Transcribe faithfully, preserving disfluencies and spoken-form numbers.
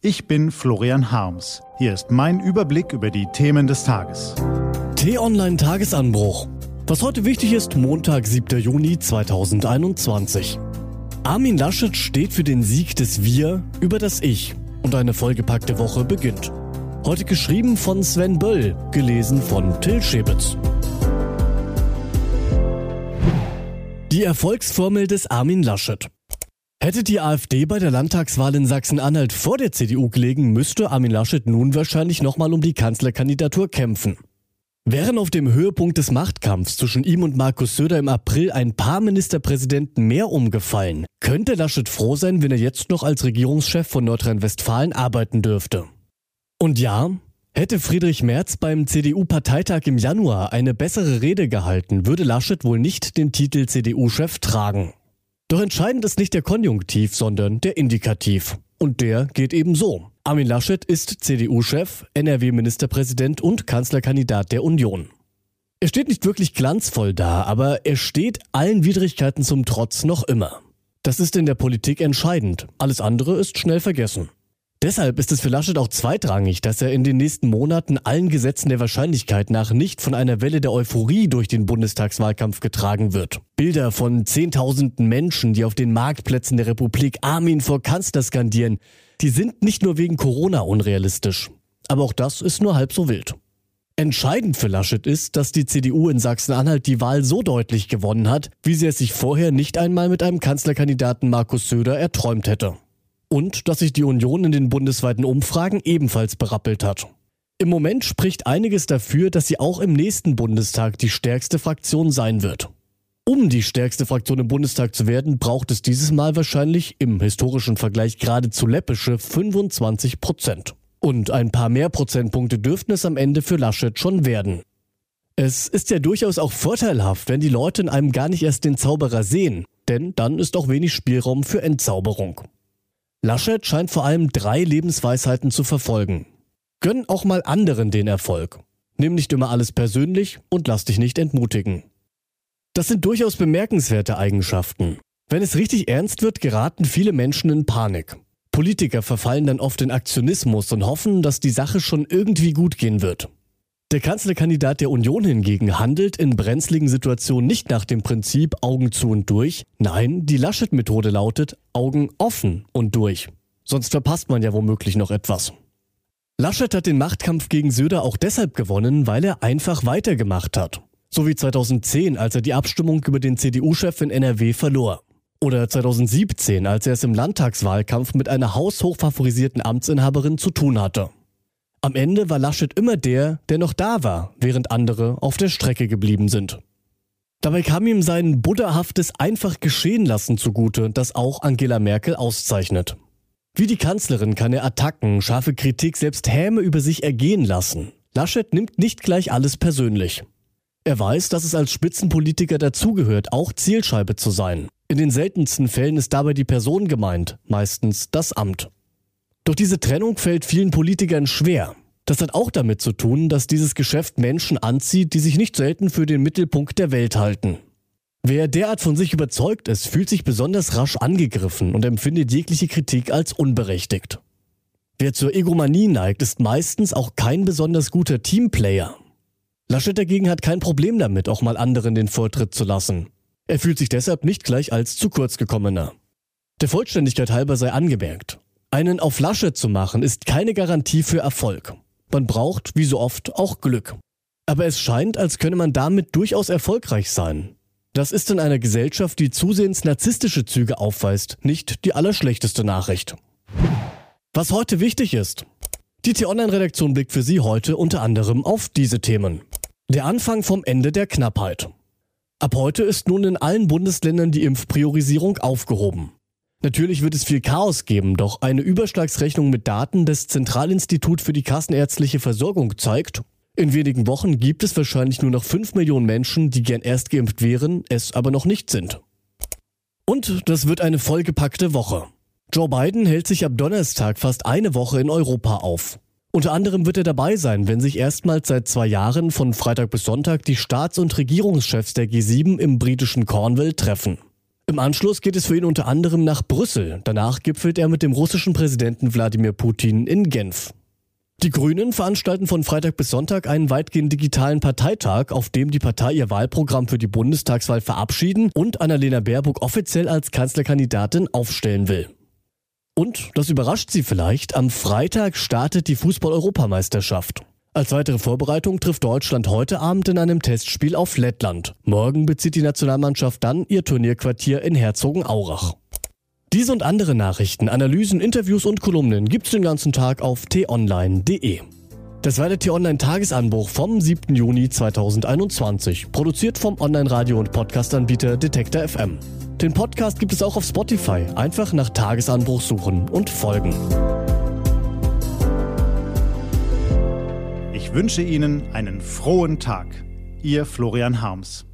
Ich bin Florian Harms. Hier ist mein Überblick über die Themen des Tages. T-Online Tagesanbruch. Was heute wichtig ist, Montag, siebter Juni zweitausendeinundzwanzig. Armin Laschet steht für den Sieg des Wir über das Ich. Und eine vollgepackte Woche beginnt. Heute geschrieben von Sven Böll, gelesen von Till Schäbitz. Die Erfolgsformel des Armin Laschet. Hätte die AfD bei der Landtagswahl in Sachsen-Anhalt vor der C D U gelegen, müsste Armin Laschet nun wahrscheinlich nochmal um die Kanzlerkandidatur kämpfen. Wären auf dem Höhepunkt des Machtkampfs zwischen ihm und Markus Söder im April ein paar Ministerpräsidenten mehr umgefallen, könnte Laschet froh sein, wenn er jetzt noch als Regierungschef von Nordrhein-Westfalen arbeiten dürfte. Und ja, hätte Friedrich Merz beim C D U-Parteitag im Januar eine bessere Rede gehalten, würde Laschet wohl nicht den Titel C D U-Chef tragen. Doch entscheidend ist nicht der Konjunktiv, sondern der Indikativ. Und der geht eben so. Armin Laschet ist C D U-Chef, N R W-Ministerpräsident und Kanzlerkandidat der Union. Er steht nicht wirklich glanzvoll da, aber er steht allen Widrigkeiten zum Trotz noch immer. Das ist in der Politik entscheidend. Alles andere ist schnell vergessen. Deshalb ist es für Laschet auch zweitrangig, dass er in den nächsten Monaten allen Gesetzen der Wahrscheinlichkeit nach nicht von einer Welle der Euphorie durch den Bundestagswahlkampf getragen wird. Bilder von zehntausenden Menschen, die auf den Marktplätzen der Republik Armin vor Kanzler skandieren, die sind nicht nur wegen Corona unrealistisch. Aber auch das ist nur halb so wild. Entscheidend für Laschet ist, dass die C D U in Sachsen-Anhalt die Wahl so deutlich gewonnen hat, wie sie es sich vorher nicht einmal mit einem Kanzlerkandidaten Markus Söder erträumt hätte. Und dass sich die Union in den bundesweiten Umfragen ebenfalls berappelt hat. Im Moment spricht einiges dafür, dass sie auch im nächsten Bundestag die stärkste Fraktion sein wird. Um die stärkste Fraktion im Bundestag zu werden, braucht es dieses Mal wahrscheinlich im historischen Vergleich geradezu läppische fünfundzwanzig Prozent. Und ein paar mehr Prozentpunkte dürften es am Ende für Laschet schon werden. Es ist ja durchaus auch vorteilhaft, wenn die Leute in einem gar nicht erst den Zauberer sehen, denn dann ist auch wenig Spielraum für Entzauberung. Laschet scheint vor allem drei Lebensweisheiten zu verfolgen. Gönn auch mal anderen den Erfolg. Nimm nicht immer alles persönlich und lass dich nicht entmutigen. Das sind durchaus bemerkenswerte Eigenschaften. Wenn es richtig ernst wird, geraten viele Menschen in Panik. Politiker verfallen dann oft in Aktionismus und hoffen, dass die Sache schon irgendwie gut gehen wird. Der Kanzlerkandidat der Union hingegen handelt in brenzligen Situationen nicht nach dem Prinzip Augen zu und durch. Nein, die Laschet-Methode lautet Augen offen und durch. Sonst verpasst man ja womöglich noch etwas. Laschet hat den Machtkampf gegen Söder auch deshalb gewonnen, weil er einfach weitergemacht hat. So wie zweitausendzehn, als er die Abstimmung über den C D U-Chef in N R W verlor. Oder zweitausendsiebzehn, als er es im Landtagswahlkampf mit einer haushoch favorisierten Amtsinhaberin zu tun hatte. Am Ende war Laschet immer der, der noch da war, während andere auf der Strecke geblieben sind. Dabei kam ihm sein buddhahaftes einfach geschehen lassen zugute, das auch Angela Merkel auszeichnet. Wie die Kanzlerin kann er Attacken, scharfe Kritik, selbst Häme über sich ergehen lassen. Laschet nimmt nicht gleich alles persönlich. Er weiß, dass es als Spitzenpolitiker dazugehört, auch Zielscheibe zu sein. In den seltensten Fällen ist dabei die Person gemeint, meistens das Amt. Doch diese Trennung fällt vielen Politikern schwer. Das hat auch damit zu tun, dass dieses Geschäft Menschen anzieht, die sich nicht selten für den Mittelpunkt der Welt halten. Wer derart von sich überzeugt ist, fühlt sich besonders rasch angegriffen und empfindet jegliche Kritik als unberechtigt. Wer zur Egomanie neigt, ist meistens auch kein besonders guter Teamplayer. Laschet dagegen hat kein Problem damit, auch mal anderen den Vortritt zu lassen. Er fühlt sich deshalb nicht gleich als zu kurz gekommener. Der Vollständigkeit halber sei angemerkt: Einen auf Laschet zu machen, ist keine Garantie für Erfolg. Man braucht, wie so oft, auch Glück. Aber es scheint, als könne man damit durchaus erfolgreich sein. Das ist in einer Gesellschaft, die zusehends narzisstische Züge aufweist, nicht die allerschlechteste Nachricht. Was heute wichtig ist: Die T-Online-Redaktion blickt für Sie heute unter anderem auf diese Themen. Der Anfang vom Ende der Knappheit. Ab heute ist nun in allen Bundesländern die Impfpriorisierung aufgehoben. Natürlich wird es viel Chaos geben, doch eine Überschlagsrechnung mit Daten des Zentralinstituts für die kassenärztliche Versorgung zeigt, in wenigen Wochen gibt es wahrscheinlich nur noch fünf Millionen Menschen, die gern erst geimpft wären, es aber noch nicht sind. Und das wird eine vollgepackte Woche. Joe Biden hält sich ab Donnerstag fast eine Woche in Europa auf. Unter anderem wird er dabei sein, wenn sich erstmals seit zwei Jahren von Freitag bis Sonntag die Staats- und Regierungschefs der G sieben im britischen Cornwall treffen. Im Anschluss geht es für ihn unter anderem nach Brüssel. Danach gipfelt er mit dem russischen Präsidenten Wladimir Putin in Genf. Die Grünen veranstalten von Freitag bis Sonntag einen weitgehend digitalen Parteitag, auf dem die Partei ihr Wahlprogramm für die Bundestagswahl verabschieden und Annalena Baerbock offiziell als Kanzlerkandidatin aufstellen will. Und, das überrascht Sie vielleicht, am Freitag startet die Fußball-Europameisterschaft. Als weitere Vorbereitung trifft Deutschland heute Abend in einem Testspiel auf Lettland. Morgen bezieht die Nationalmannschaft dann ihr Turnierquartier in Herzogenaurach. Diese und andere Nachrichten, Analysen, Interviews und Kolumnen gibt's den ganzen Tag auf t online punkt de. Das war der T-Online-Tagesanbruch vom siebten Juni zweitausendeinundzwanzig, produziert vom Online-Radio- und Podcast-Anbieter Detektor F M. Den Podcast gibt es auch auf Spotify. Einfach nach Tagesanbruch suchen und folgen. Ich wünsche Ihnen einen frohen Tag. Ihr Florian Harms.